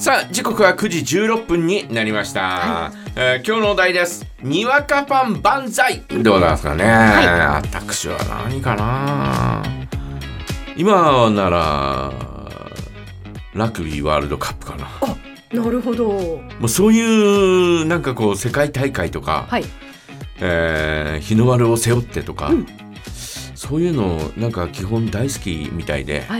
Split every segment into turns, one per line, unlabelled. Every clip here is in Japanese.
さあ時刻は9時16分になりました、今日のお題です。にわかファン万歳。どうなんですかね、私は何かな。今ならラグビーワールドカップかな。
なるほど。
もうそういうなんかこう世界大会とか、日の丸を背負ってとか、そういうのなんか基本大好きみたいで、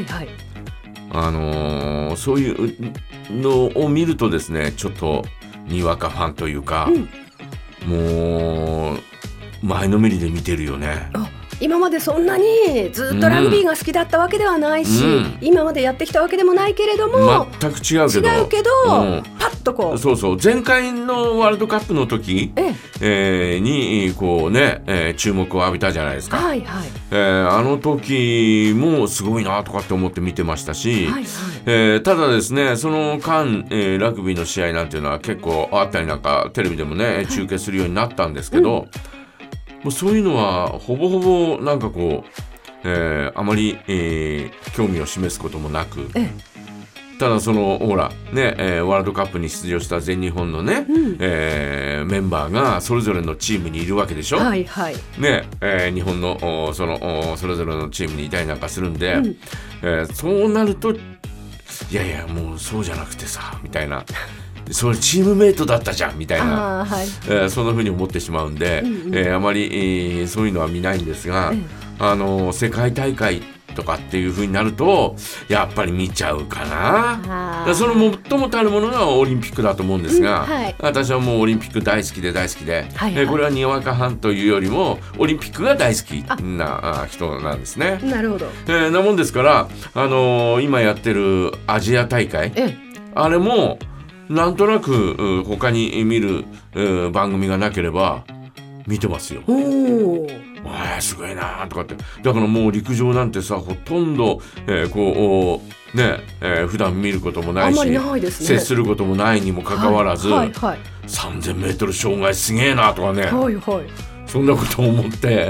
そういうのを見るとですね、ちょっとにわかファンというか、もう前のめりで見てるよね。
今までそんなにずっとラグビーが好きだったわけではないし、今までやってきたわけでもないけれども、
全く違うけど、
パッとこう、
そう前回のワールドカップの時、にこうね、注目を浴びたじゃないですか。あの時もすごいなとかって思って見てましたし、ただですね、その間、ラグビーの試合なんていうのは結構あったりなんかテレビでもね、中継するようになったんですけど、もうそういうのはほぼほぼなんかこう、あまり、興味を示すこともなく、ただそのほらね、ワールドカップに出場した全日本のね、メンバーがそれぞれのチームにいるわけでしょ。ね、日本のそれぞれのチームにいたりなんかするんで、そうなるといやもうそうじゃなくてさみたいな。それチームメイトだったじゃんみたいな、そんな風に思ってしまうんで、あまり、そういうのは見ないんですが、世界大会とかっていう風になるとやっぱり見ちゃうかな。その最もたるものがオリンピックだと思うんですが、私はもうオリンピック大好きで、これはにわかファンというよりもオリンピックが大好きな人なんですね。
なるほど。
なもんですから、今やってるアジア大会、あれもなんとなく他に見る番組がなければ見てますよ。すごいなとかって。だからもう陸上なんてさ、ほとんど、こうね、普段見ることもないし、接することもないにもかかわらず、3000m 障害すげえなとかね、そんなことを思って、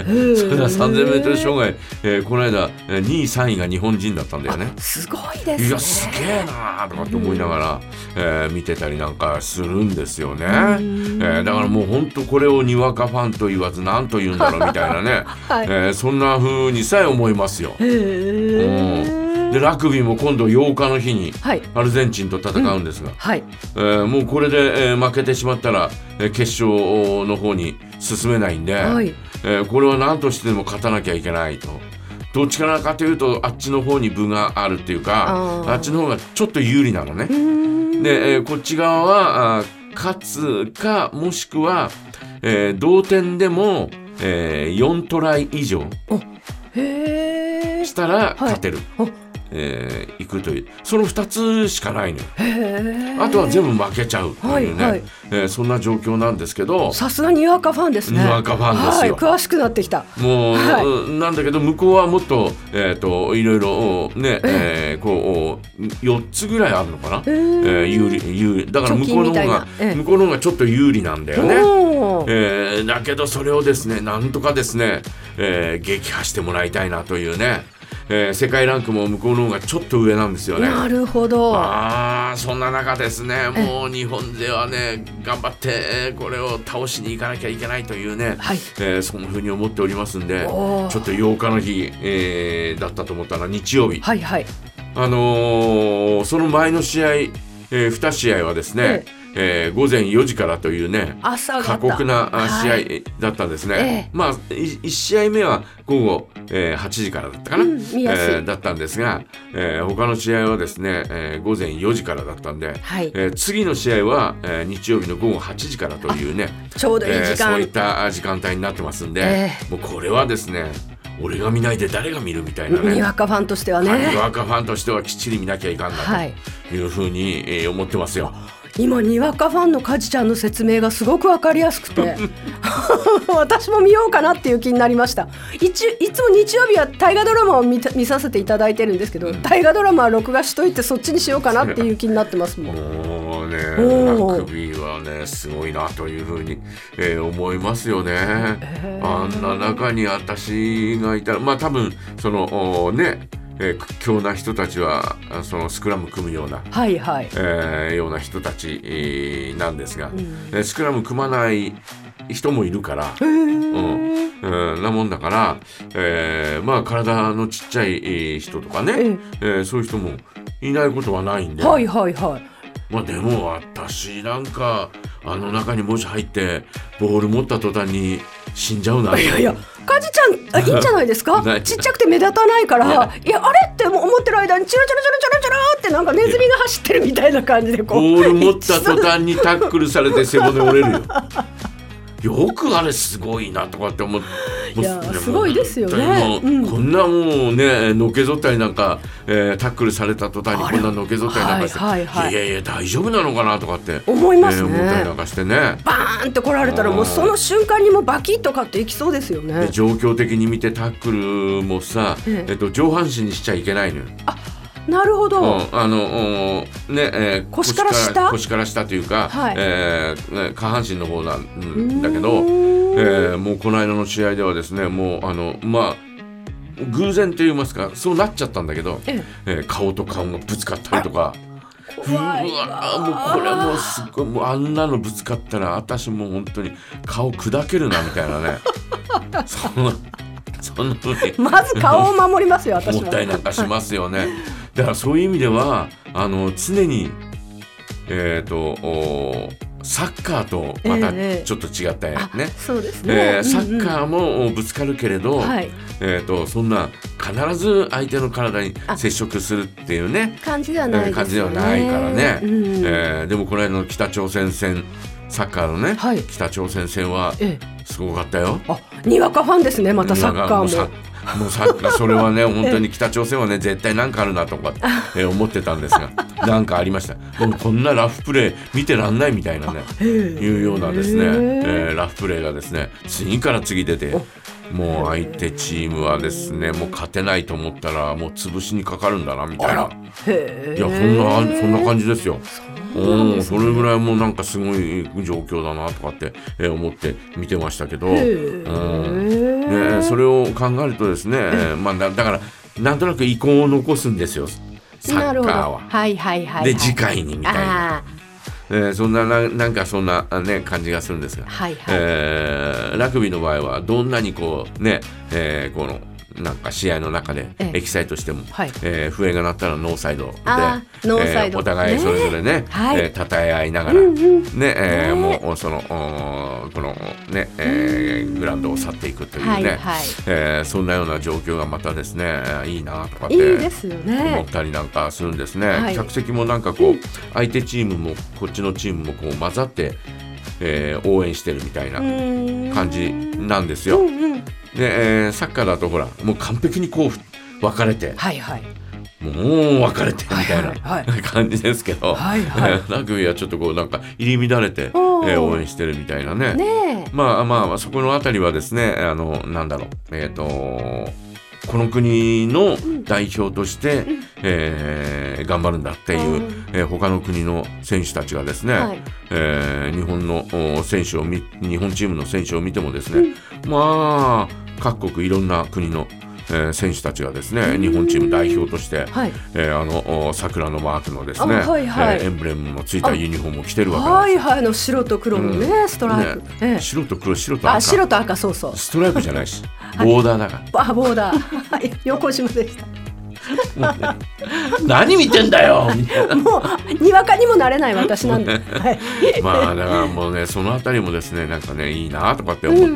それは 3000m 障害、この間2位3位が日本人だったんだよね。
すごいですね。
いやすげえなとかって思いながら、見てたりなんかするんですよね。だからもう本当これをにわかファンと言わず何と言うんだろうみたいなね、そんな風にさえ思いますよ。でラグビーも今度8日の日にアルゼンチンと戦うんですが、もうこれで、負けてしまったら、決勝の方に進めないんで、これは何としてでも勝たなきゃいけないと。どっちからかというとあっちの方に分があるっていうか、あっちの方がちょっと有利なのね。で、こっち側は勝つかもしくは、同点でも、4トライ以上したら勝てる。行くという、その2つしかないのよ。あとは全部負けちゃうというね、そんな状況なんですけど、
さすがにわかファンですね。
にわかファンですよ。
詳しくなってきた。
もう、なんだけど向こうはもっと、いろいろね、こう4つぐらいあるのかな、有利だから向こうの方がちょっと有利なんだよね。だけどそれをですね、なんとかですね、撃破してもらいたいなというね。世界ランクも向こうの方がちょっと上なんですよね。
なるほど。
そんな中ですね、もう日本ではね頑張ってこれを倒しに行かなきゃいけないというね、そんな風に思っておりますんで、ちょっと8日の日、だったと思ったら日曜日、その前の試合、2試合はですね、午前4時からというね過酷な試合だったんですね。まあ1試合目は午後、8時からだったかな、だったんですが、他の試合はですね、午前4時からだったんで、次の試合は、日曜日の午後8時からというね、
ちょうどいい時間、
そういった時間帯になってますんで、もうこれはですね、俺が見ないで誰が見るみたいなね、
にわかファンとしてはね、
にわかファンとしてはきっちり見なきゃいかんなというふうに、思ってますよ。
今にわかファンのカジちゃんの説明がすごく分かりやすくて私も見ようかなっていう気になりました。いつも日曜日は大河ドラマを見させていただいてるんですけど、大河ドラマは録画しといてそっちにしようかなっていう気になってますもん。
もうね、ラグビーはねすごいなというふうに、思いますよね。あんな中に私がいたら、まあ多分そのね屈強な人たちはそのスクラム組むような、
はいはい、
ような人たち、なんですが、スクラム組まない人もいるから、なもんだから、まあ体のちっちゃい人とかね、そういう人もいないことはないんで、
はいはいはい、
まあ、でも私なんか中にもし入ってボール持った途端に死んじゃうな。
いやいや、カジちゃんいいんじゃないですかちっちゃくて目立たないから、いやあれって思ってる間にチラチラチラチラチラってなんかネズミが走ってるみたいな感じでこう
ボール持った途端にタックルされて背骨折れるよ。よくあれすごいなとかって思って、
いやすごいですよね。
こんなもうねのけぞったりなんか、タックルされた途端にこんなのけぞったりなんかして、いやいや大丈夫なのかなとかって
思いますね。
思ったりなんかしてね、
バーンって来られたらもうその瞬間にもバキッとかっていきそうですよね。
状況的に見てタックルもさ、上半身にしちゃいけないのよ。
なるほど、
腰から下というか、下半身の方なんだけど、もうこの間の試合ではですね、もうまあ偶然といいますかそうなっちゃったんだけど、顔と顔がぶつかったりとか、うわもうこれもうすごい、もうあんなのぶつかったら私もう本当に顔砕けるなみたいなねそんな風に
まず顔を守りますよ私は。
思ったりなんかしますよね。だからそういう意味では常にサッカーとまたちょっと違ったよね。
そうですね。
サッカーもぶつかるけれど、そんな必ず相手の体に接触するっていうね
感じではないですよね。
からね。でもこの間の北朝鮮戦サッカーのね、北朝鮮戦はすごかったよ。
にわかファンですね。またサッカーも。
もうそれはね本当に北朝鮮はね絶対なんかあるなとか、思ってたんですがなんかありました。もうこんなラフプレー見てらんないみたいなねいうようなですね、ラフプレーがですね次から次出て、もう相手チームはですねもう勝てないと思ったらもう潰しにかかるんだなみたいな。いやそんな感じですよ。それぐらいもうなんかすごい状況だなとかって、思って見てましたけど、それを考えるとですね、だからなんとなく遺恨を残すんですよサッカーは。で次回にみたいな。そんななんかそんな、ね、感じがするんですが、ラグビーの場合はどんなにこうね、このなんか試合の中でエキサイトしても、笛が鳴ったらノーサイドで、お互いそれぞれねたたえ合いながらもうそのこのねグラウンドを去っていくというね、そんなような状況がまたですねいいなとかって思ったりなんかするんですね。客席もなんかこう相手チームもこっちのチームもこう混ざって応援してるみたいな感じなんですよ。でサッカーだとほらもう完璧にこう分かれて、もう分かれてみたいな感じですけど、ラグビーはちょっとこうなんか入り乱れて応援してるみたいなね。まあそこのあたりはですねなんだろうこの国の代表として、頑張るんだっていう、他の国の選手たちがですね、日本の選手を日本チームの選手を見てもですね、まあ各国いろんな国の選手たちがですね日本チーム代表として、桜のマークのですね、エンブレムのついたユニフォームを着てるわけです。
白と黒のね、ストライプ、
白と黒、白と赤、
白と赤、そうそう、
ストライプじゃないしボーダーだから。
ボーダー横島でした。
何見てんだよみたいな。
もうにわかにもなれない私なんで、
まあだからもうねそのあたりもですねなんかねいいなとかって思って、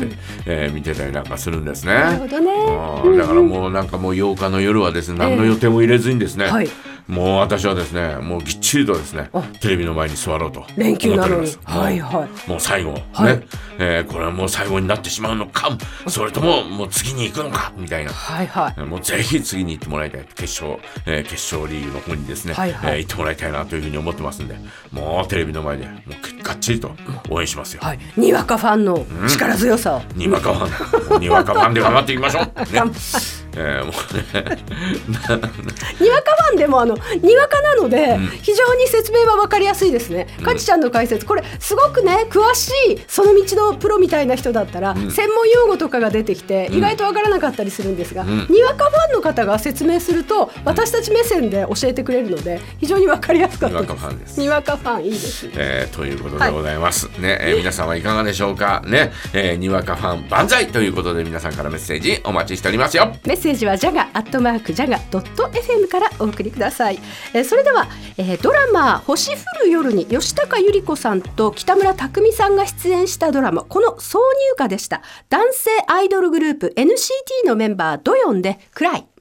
見てたりなんかするんですね。
なるほどね。
だからもうなんかもう8日の夜はですね何の予定も入れずにですね、もう私はですねもうぎっちりとですねテレビの前に座ろうと思っております。連休なのにもう最後ね、これはもう最後になってしまうのかそれとももう次に行くのかみたいな、もうぜひ次に行ってもらいたい。決勝リーグの方にですね、行ってもらいたいなというふうに思ってますんで、もうテレビの前でもうがっちりと応援しますよ。
にわかファンの力強さを、
にわかファンで頑張っていきましょう、ね。 もうね
にわかファンでもにわかなので、非常に説明は分かりやすいですね。かちちゃんの解説、これすごくね詳しいその道のプロみたいな人だったら、専門用語とかが出てきて意外と分からなかったりするんですが、にわかファンの方が説明すると私たち目線で教えてくれるので非常に分かりやすかったです。
にわかファンです。
にわかファンいいですね、
ということでございます、ね。皆さんはいかがでしょうかね。にわかファン万歳ということで、皆さんからメッセージお待ちしておりますよ。
メッセージはjaga@jaga.fm からお送りください。それでは、ドラマ星降る夜に吉高由里子さんと北村匠海さんが出演したドラマ、この挿入歌でした。男性アイドルグループ NCT のメンバードヨンでクライ。